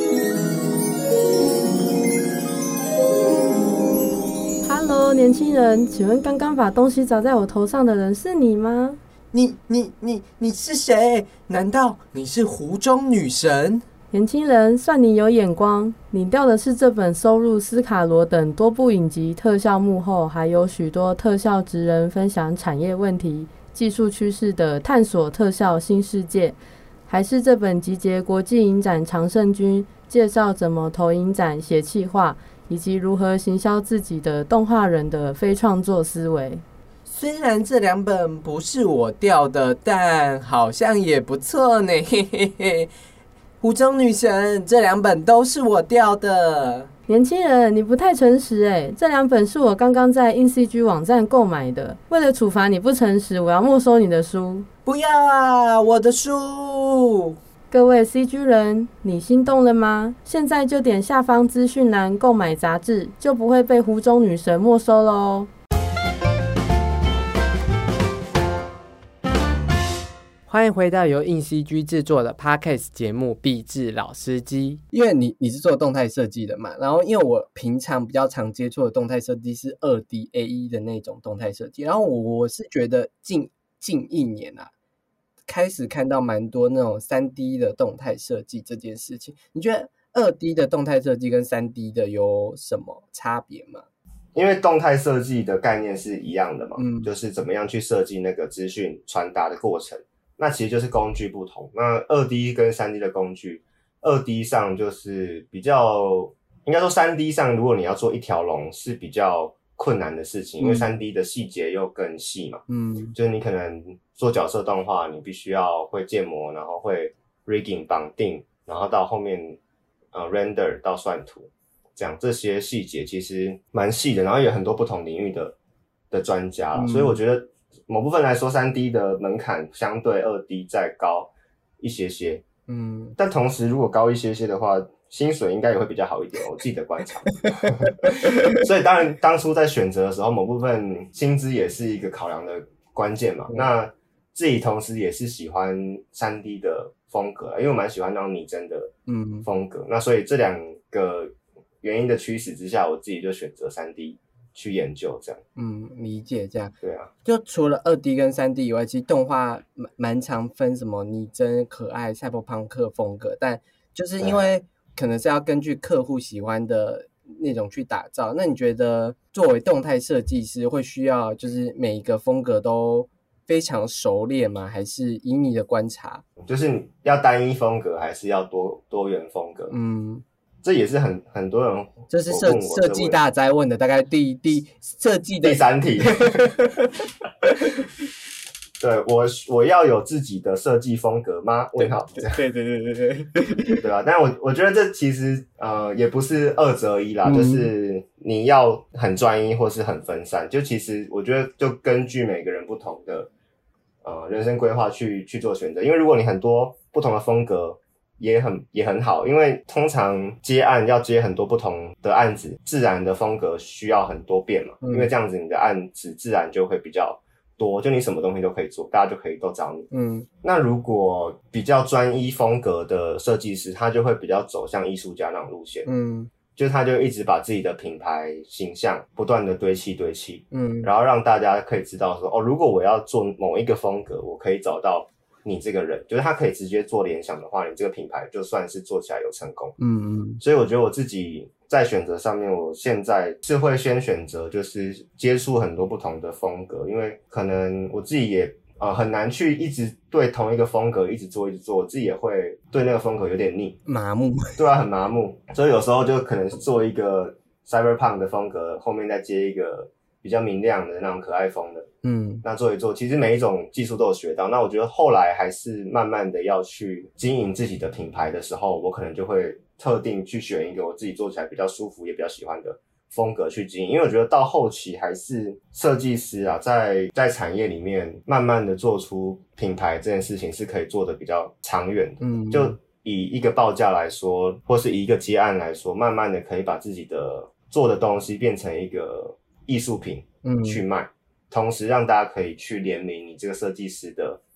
Hello， 年轻人，请问刚刚把东西砸在我头上的人是你吗？ 你你你你是谁？难道你是湖中女神？ 年轻人，算你有眼光，你掉的是这本收录斯卡罗等多部影集特效幕后，还有许多特效职人分享产业问题、技术趋势的探索特效新世界，还是这本集结国际影展常胜军，介绍怎么投影展、写企划，以及如何行销自己的动画人的非创作思维？ 虽然这两本不是我掉的，但好像也不错呢，嘿嘿嘿。湖中女神，这两本都是我掉的。 年轻人，你不太诚实哎！这两本是我刚刚在 I N C G 网站购买的。为了处罚你不诚实，我要没收你的书。 不要啊，我的书！ 各位 C G 人，你心动了吗？现在就点下方资讯栏购买杂志，就不会被湖中女神没收咯。 欢迎回到由 I N C G 制作的 Podcast 节目《壁纸老司机》。因为你你是做动态设计的嘛，然后因为我平常比较常接触的动态设计是 二 D A E 的那种动态设计，然后我我是觉得近近一年啊，开始看到蛮多那种 三 D 的动态设计这件事情。你觉得 二 D 的动态设计跟 三 D 的有什么差别吗？ 因为动态设计的概念是一样的嘛， 嗯， 就是怎么样去设计那个资讯传达的过程。那其实就是工具不同。那 二 D 跟 三 D 的工具， 二 D 上就是比较，应该说 三 D 上如果你要做一条龙是比较困难的事情，嗯，因为 三 D 的细节又更细嘛，嗯，就是你可能做角色动画，你必须要会建模，然后会 rigging 绑定，然后到后面呃 render 到算图，这样这些细节其实蛮细的，然后有很多不同领域的的专家啦，嗯，所以我觉得某部分来说 三 D 的门槛相对 二 D 再高一些些，嗯，但同时如果高一些些的话，薪水应该也会比较好一点，我自己的观察。所以当然当初在选择的时候，某部分薪资也是一个考量的关键嘛，嗯，那自己同时也是喜欢 三 D 的风格，因为我蛮喜欢那种拟真的风格，嗯，那所以这两个原因的驱使之下，我自己就选择 三 D去研究这样。 嗯，理解这样。 对啊， 就除了 二 D 跟 三 D 以外，其实动画蛮蛮常分什么拟真、可爱、赛博朋克风格，但就是因为可能是要根据客户喜欢的那种去打造。那你觉得作为动态设计师会需要就是每一个风格都非常熟练吗？还是以你的观察， 就是要单一风格还是要多多元风格？嗯，这也是很很多人这是设设计大哉问的大概第第设计的第三题。对，我我要有自己的设计风格吗？问号。 对对对对对， 对吧？但我我觉得这其实呃也不是二择一啦，嗯，就是你要很专一或是很分散，就其实我觉得就根据每个人不同的呃人生规划去去做选择，因为如果你很多不同的风格也很也很好，因为通常接案要接很多不同的案子，自然的风格需要很多变嘛，嗯，因为这样子你的案子自然就会比较多，就你什么东西都可以做，大家就可以都找你。嗯，那如果比较专一风格的设计师，他就会比较走向艺术家那种路线。嗯，就是他就一直把自己的品牌形象不断的堆砌堆砌，嗯，然后让大家可以知道说，哦，如果我要做某一个风格，我可以找到你这个人，就是他可以直接做联想的话，你这个品牌就算是做起来有成功。嗯嗯，所以我觉得我自己在选择上面，我现在是会先选择就是接触很多不同的风格，因为可能我自己也呃很难去一直对同一个风格一直做一直做，我自己也会对那个风格有点腻麻木。 对啊，很麻木，所以有时候就可能做一个 cyberpunk 的风格，后面再接一个比较明亮的那种可爱风的，嗯，那做一做，其实每一种技术都有学到。那我觉得后来还是慢慢的要去经营自己的品牌的时候，我可能就会特定去选一个我自己做起来比较舒服也比较喜欢的风格去经营，因为我觉得到后期还是设计师啊，在在产业里面慢慢的做出品牌这件事情是可以做的比较长远的，嗯，就以一个报价来说，或是以一个接案来说，慢慢的可以把自己的做的东西变成一个艺术品去卖，嗯，同时让大家可以去联名你这个设计师的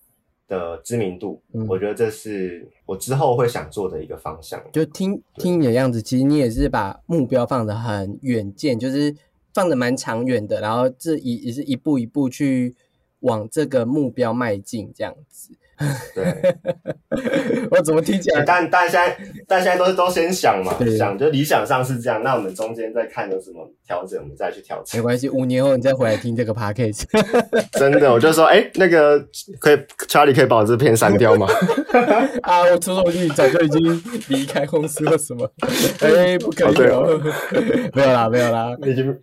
的知名度、嗯、我觉得这是我之后会想做的一个方向。 就听听你的样子，其实你也是把目标放得很远见，就是放得蛮长远的，然后这也是一步一步去往这个目标迈进这样子。 对， 我怎么听起来？ 但但现在但现在都是都先想嘛，想就理想上是这样，那我们中间再看有什么调整，我们再去调整。 没关系，五年后你再回来听这个 podcast。 真的，我就说，哎、欸，那个可以 ，Charlie 可以把我这片删掉吗？ 啊，我出手机早就已经离开公司了，什么？哎、欸，不可以、哦，没有啦，没有啦， 已经。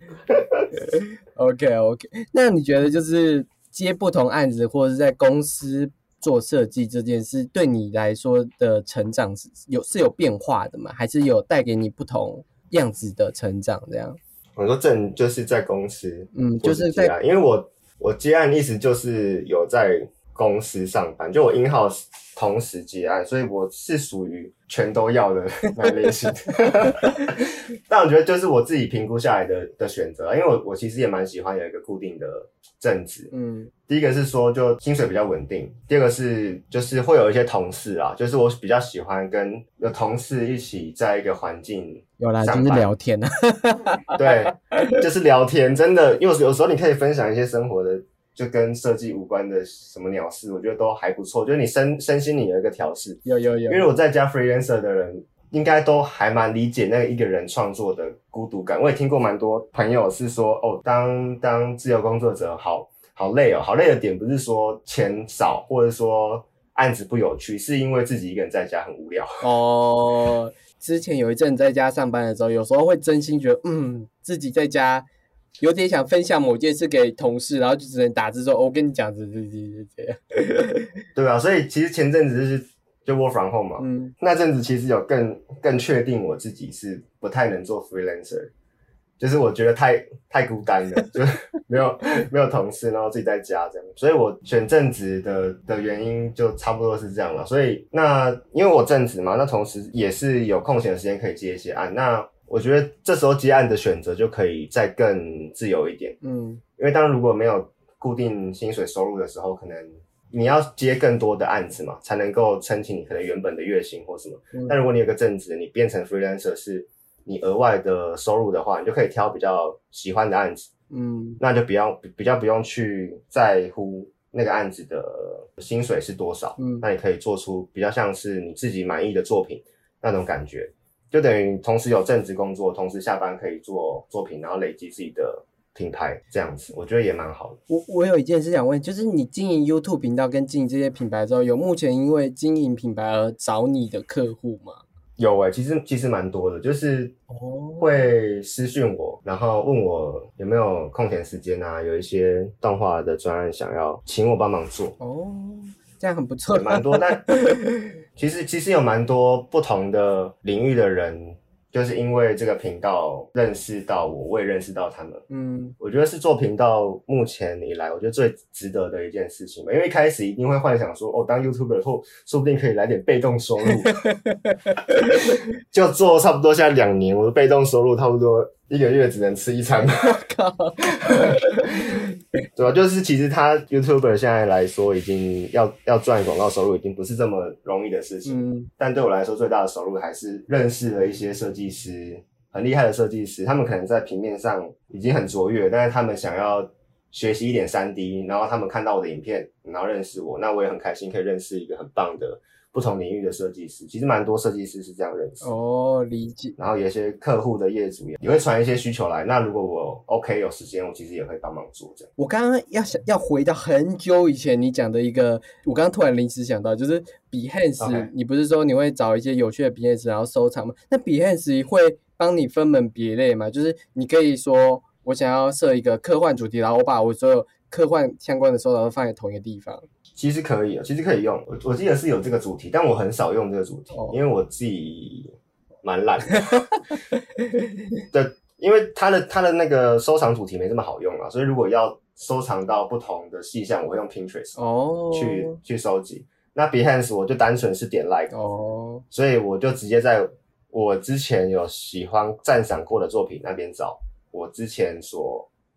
OK OK， 那你觉得就是接不同案子，或者是在公司做设计这件事，对你来说的成长是有是有变化的吗？还是有带给你不同样子的成长？这样？ 我说正就是在公司， 嗯，就是在， 因为我我接案意思就是有在公司上班，就我 in house 同时接案，所以我是属于全都要的那类型。但我觉得就是我自己评估下来的的选择，因为我我其实也蛮喜欢有一个固定的正职。嗯，第一个是说就薪水比较稳定，第二个是就是会有一些同事啊，就是我比较喜欢跟有同事一起在一个环境有啦，就是聊天啊。 对，就是聊天，真的，因为有时候你可以分享一些生活的。就跟设计无关的什么鸟事，我觉得都还不错。就是你身身心里有一个调试， 有有有。 因为我在家 freelancer 的人，应该都还蛮理解那个一个人创作的孤独感。我也听过蛮多朋友是说，哦，当当自由工作者好好累哦，好累的点不是说钱少，或者说案子不有趣，是因为自己一个人在家很无聊。 哦，之前有一阵在家上班的时候，有时候会真心觉得，嗯，自己在家。有点想分享某件事给同事，然后就只能打字说：“哦、我跟你讲，这这这这样。” 对啊，所以其实前阵子就是就 work from home 嘛，嗯，那阵子其实有更更确定我自己是不太能做 freelancer， 就是我觉得太太孤单了，就没有没有同事，然后自己在家这样，所以我选正职的的原因就差不多是这样了。所以那因为我正职嘛，那同时也是有空闲的时间可以接一些案，那。我觉得这时候接案的选择就可以再更自由一点，嗯，因为当如果没有固定薪水收入的时候，可能你要接更多的案子嘛，才能够撑起你可能原本的月薪或什么。嗯、但如果你有个正职，你变成 freelancer 是你额外的收入的话，你就可以挑比较喜欢的案子，嗯，那就比较比较不用去在乎那个案子的薪水是多少，嗯，那你可以做出比较像是你自己满意的作品那种感觉。就等于同时有正职工作，同时下班可以做作品，然后累积自己的品牌，这样子我觉得也蛮好的。 我我有一件事想问，就是你经营 YouTube 频道跟经营这些品牌之后，有目前因为经营品牌而找你的客户吗？ 有诶、欸，其实其实蛮多的，就是会私讯我，然后问我有没有空闲时间啊，有一些动画的专案想要请我帮忙做。 哦，这样很不错， 蛮多，但其实其实有蛮多不同的领域的人，就是因为这个频道认识到我，我也认识到他们。嗯，我觉得是做频道目前以来，我觉得最值得的一件事情吧。因为一开始一定会幻想说，哦，当 YouTuber 后，说不定可以来点被动收入。就做差不多现在两年，我的被动收入差不多一个月只能吃一餐。对吧？就是其实他 YouTuber 现在来说，已经要要赚广告收入，已经不是这么容易的事情。嗯，但对我来说，最大的收入还是认识了一些设计师，很厉害的设计师。他们可能在平面上已经很卓越，但是他们想要学习一点 三 D， 然后他们看到我的影片，然后认识我，那我也很开心可以认识一个很棒的不同领域的设计师。其实蛮多设计师是这样认识哦，理解。 然后有一些客户的业主也会传一些需求来，那如果我 OK 有时间，我其实也会帮忙做这样。 我刚刚要想要回到很久以前你讲的一个，我刚刚突然临时想到，就是 Behance，、okay. 你不是说你会找一些有趣的 Behance 然后收藏吗？那 Behance 会帮你分门别类吗？就是你可以说我想要设一个科幻主题，然后我把我所有科幻相关的收藏都放在同一个地方。 其实可以，其实可以用。我我记得是有这个主题，但我很少用这个主题，哦、因为我自己蛮懒的。对，因为它的它的那个收藏主题没这么好用啊，所以如果要收藏到不同的细项，我会用 Pinterest 哦去去收集。那 Behance 我就单纯是点 like 哦，所以我就直接在我之前有喜欢赞赏过的作品那边找我之前所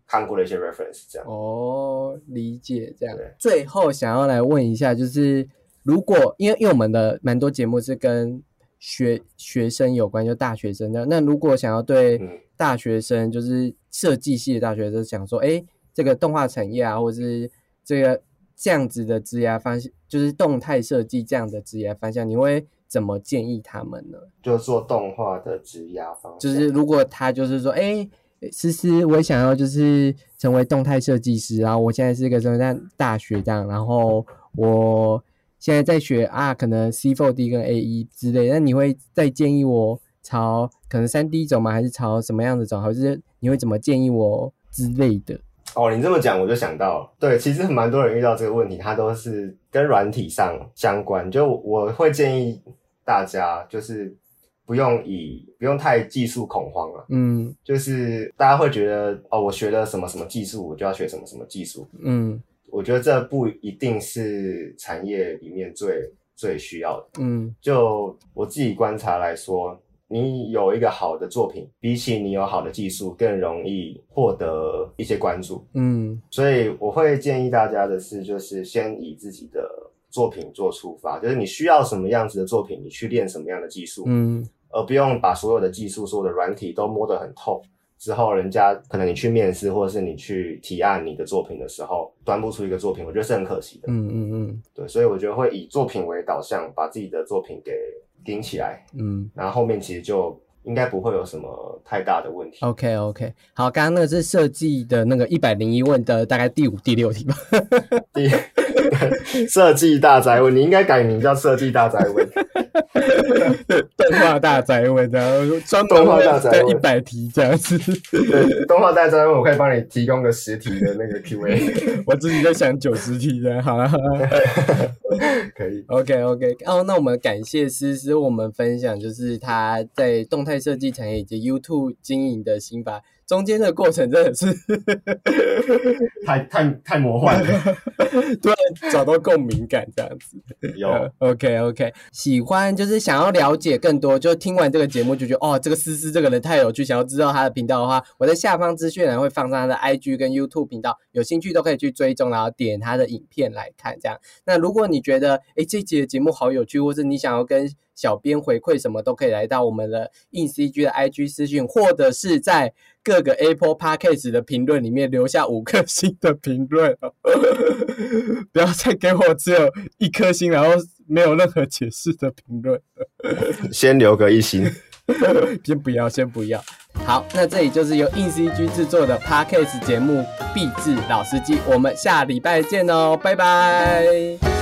看过的一些 reference 这样。 哦，理解这样。最后想要来问一下，就是如果因为因为我们的蛮多节目是跟学学生有关，就大学生的，那如果想要对大学生，就是设计系的大学生想说，哎，这个动画产业啊，或者是这个这样子的职业方向，就是动态设计这样的职业方向，你会怎么建议他们呢？ 就做动画的职业方向， 就是如果他就是说，哎，思思，我也想要就是成为动态设计师，然后我现在是一个在大学这样，然后我现在在学啊，可能 C 四 D 跟 A 一 之类的，那你会再建议我朝可能 三 D 走吗？还是朝什么样的走？还是你会怎么建议我之类的？ 哦，你这么讲我就想到了，对，其实蛮多人遇到这个问题，它都是跟软体上相关。就我会建议大家，就是不用以不用太技术恐慌了，嗯，就是大家会觉得哦，我学了什么什么技术，我就要学什么什么技术，嗯，我觉得这不一定是产业里面最最需要的，嗯，就我自己观察来说。你有一个好的作品，比起你有好的技术更容易获得一些关注。嗯，所以我会建议大家的是，就是先以自己的作品做出发，就是你需要什么样子的作品，你去练什么样的技术。嗯，而不用把所有的技术、所有的软体都摸得很透。之后人家可能你去面试，或者是你去提案你的作品的时候，端不出一个作品，我觉得是很可惜的。嗯嗯嗯，对，所以我觉得会以作品为导向，把自己的作品给顶起来，嗯，然后后面其实就应该不会有什么太大的问题。 OK OK， 好，刚刚那个是设计的那个一百零一问的大概第五、第六题吧。 第设计大哉问，你应该改名叫设计大哉问。 动画大哉问，然后专门问一百题这样子。 对，动画大哉问，我可以帮你提供个十题的那个 Q A。 我自己在想九十题的，好了， 可以。 OK OK， 哦，那我们感谢思思，我们分享就是他在动态设计产业以及 YouTube 经营的心法。中间的过程真的是太太太魔幻了， 对，找到共鸣感这样子。 有、 呃、OK OK， 喜欢就是想要了解更多，就听完这个节目就觉得哦，这个思思这个人太有趣，想要知道他的频道的话，我在下方资讯栏会放上他的 I G 跟 YouTube 频道，有兴趣都可以去追踪，然后点他的影片来看这样。那如果你觉得诶这集的节目好有趣，或是你想要跟小编回馈什么，都可以来到我们的 I N C G 的 I G 私讯，或者是在各个 Apple Podcast 的评论里面留下五颗星的评论、哦、不要再给我只有一颗星然后没有任何解释的评论。 先留个一星。 先不要先不要。好，那这里就是由 I N C G 制作的 Podcast 节目《壁纸老司机》，我们下礼拜见哦，拜拜。